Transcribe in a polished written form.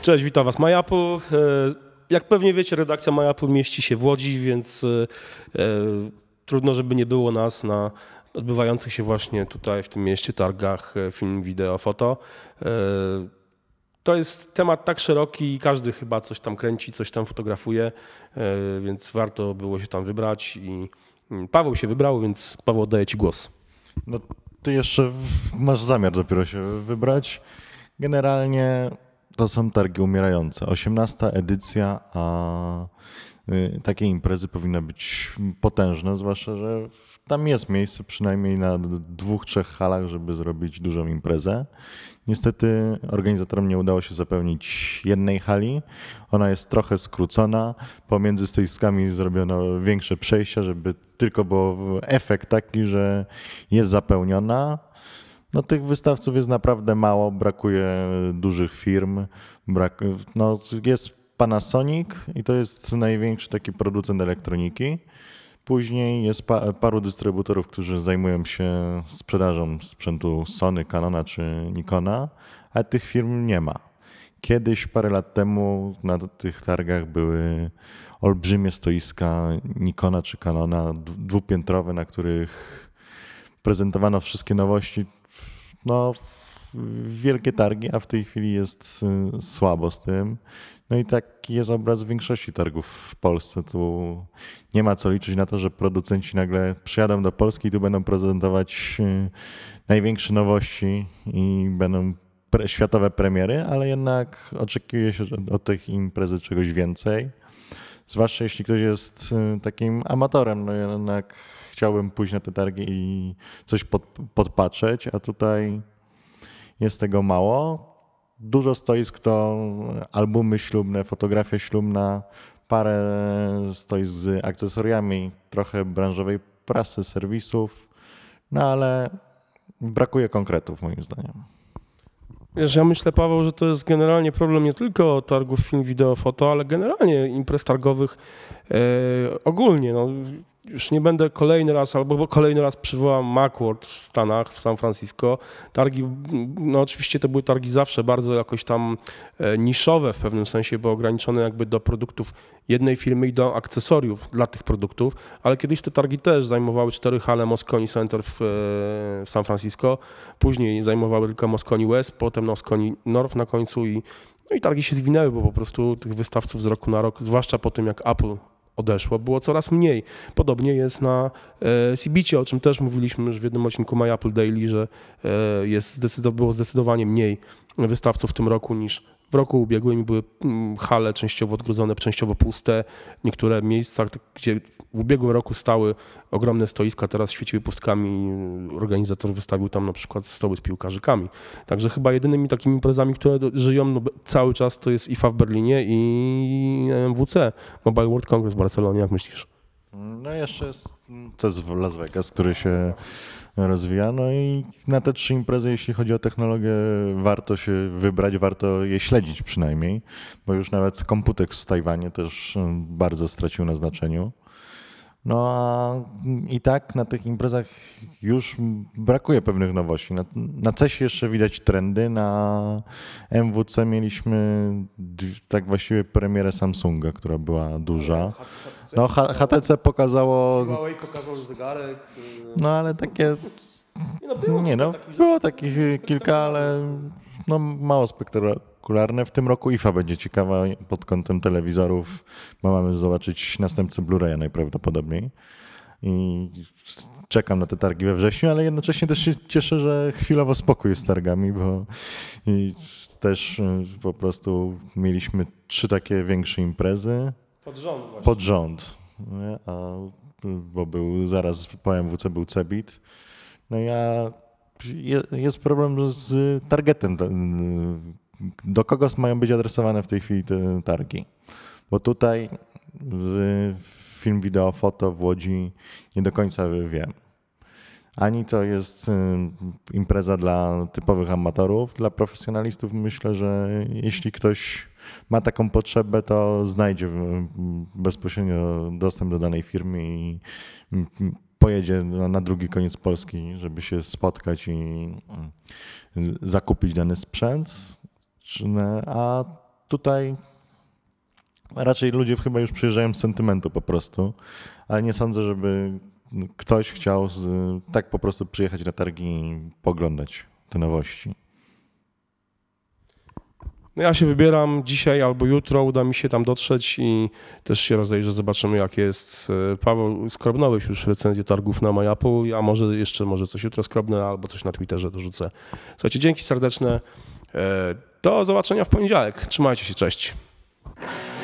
Cześć, witam Was MyApple. Jak pewnie wiecie, redakcja MyApple mieści się w Łodzi, więc trudno, żeby nie było nas na odbywających się właśnie tutaj w tym mieście targach film, wideo, foto. To jest temat tak szeroki i każdy chyba coś tam kręci, coś tam fotografuje, więc warto było się tam wybrać i Paweł się wybrał, więc Paweł, oddaję Ci głos. No, ty jeszcze masz zamiar dopiero się wybrać. Generalnie to są targi umierające. 18. edycja, a takie imprezy powinny być potężne, zwłaszcza, że tam jest miejsce przynajmniej na 2-3 halach, żeby zrobić dużą imprezę. Niestety organizatorom nie udało się zapełnić jednej hali. Ona jest trochę skrócona. Pomiędzy stoiskami zrobiono większe przejścia, żeby tylko był efekt taki, że jest zapełniona. No, tych wystawców jest naprawdę mało, brakuje dużych firm. Jest Panasonic i to jest największy taki producent elektroniki. Później jest paru dystrybutorów, którzy zajmują się sprzedażą sprzętu Sony, Canona czy Nikona, ale tych firm nie ma. Kiedyś, parę lat temu na tych targach były olbrzymie stoiska Nikona czy Canona, dwupiętrowe, na których prezentowano wszystkie nowości. No, wielkie targi, a w tej chwili jest słabo z tym. No i taki jest obraz większości targów w Polsce. Tu nie ma co liczyć na to, że producenci nagle przyjadą do Polski i tu będą prezentować największe nowości i będą światowe premiery, ale jednak oczekuje się od tej imprezy czegoś więcej. Zwłaszcza jeśli ktoś jest takim amatorem, no jednak chciałbym pójść na te targi i coś podpatrzeć, a tutaj jest tego mało. Dużo stoisk to albumy ślubne, fotografia ślubna, parę stoisk z akcesoriami, trochę branżowej prasy, serwisów, no ale brakuje konkretów moim zdaniem. Wiesz, ja myślę, Paweł, że to jest generalnie problem nie tylko targów film, wideo, foto, ale generalnie imprez targowych ogólnie. No, już nie będę kolejny raz przywołam Macworld w Stanach, w San Francisco. Targi, no oczywiście to były targi zawsze bardzo jakoś tam niszowe w pewnym sensie, bo ograniczone jakby do produktów jednej firmy i do akcesoriów dla tych produktów, ale kiedyś te targi też zajmowały 4 hale Moscone Center w San Francisco, później zajmowały tylko Moscone West, potem Moscone North na końcu i targi się zwinęły, bo po prostu tych wystawców z roku na rok, zwłaszcza po tym jak Apple odeszło, było coraz mniej. Podobnie jest na CeBIT-cie, o czym też mówiliśmy już w jednym odcinku My Apple Daily, że było zdecydowanie mniej wystawców w tym roku niż w roku ubiegłym. Były hale częściowo odgrodzone, częściowo puste. Niektóre miejsca, gdzie w ubiegłym roku stały ogromne stoiska, teraz świeciły pustkami. Organizator wystawił tam na przykład stoły z piłkarzykami. Także chyba jedynymi takimi imprezami, które żyją cały czas, to jest IFA w Berlinie i MWC, Mobile World Congress w Barcelonie. Jak myślisz? No jeszcze jest CES w Las Vegas, który się rozwija. No i na te 3 imprezy, jeśli chodzi o technologię, warto się wybrać, warto je śledzić przynajmniej, bo już nawet Computex w Tajwanie też bardzo stracił na znaczeniu. No a i tak na tych imprezach już brakuje pewnych nowości. Na CES-ie jeszcze widać trendy, na MWC mieliśmy tak właściwie premierę Samsunga, która była duża. No HTC pokazało... Huawei pokazał zegarek. No ale takie... Było takich kilka, ale no mało spektakularne. W tym roku IFA będzie ciekawa pod kątem telewizorów, bo mamy zobaczyć następcę Blu-raya najprawdopodobniej. I czekam na te targi we wrześniu, ale jednocześnie też się cieszę, że chwilowo spokój jest z targami, bo też po prostu mieliśmy 3 takie większe imprezy. Pod rząd. Bo był zaraz po MWC był CeBIT. No jest problem z targetem. Do kogo mają być adresowane w tej chwili te targi? Bo tutaj film, wideo, foto w Łodzi nie do końca wiem. Ani to jest impreza dla typowych amatorów, dla profesjonalistów myślę, że jeśli ktoś ma taką potrzebę, to znajdzie bezpośrednio dostęp do danej firmy i pojedzie na drugi koniec Polski, żeby się spotkać i zakupić dany sprzęt. A tutaj raczej ludzie chyba już przyjeżdżają z sentymentu po prostu, ale nie sądzę, żeby ktoś chciał tak po prostu przyjechać na targi i poglądać te nowości. No ja się wybieram dzisiaj albo jutro, uda mi się tam dotrzeć i też się rozejrzę, zobaczymy jak jest. Paweł, skrobnąłeś już recenzję targów na MyApple, ja może coś jutro skrobnę albo coś na Twitterze dorzucę. Słuchajcie, dzięki serdeczne. Do zobaczenia w poniedziałek. Trzymajcie się, cześć.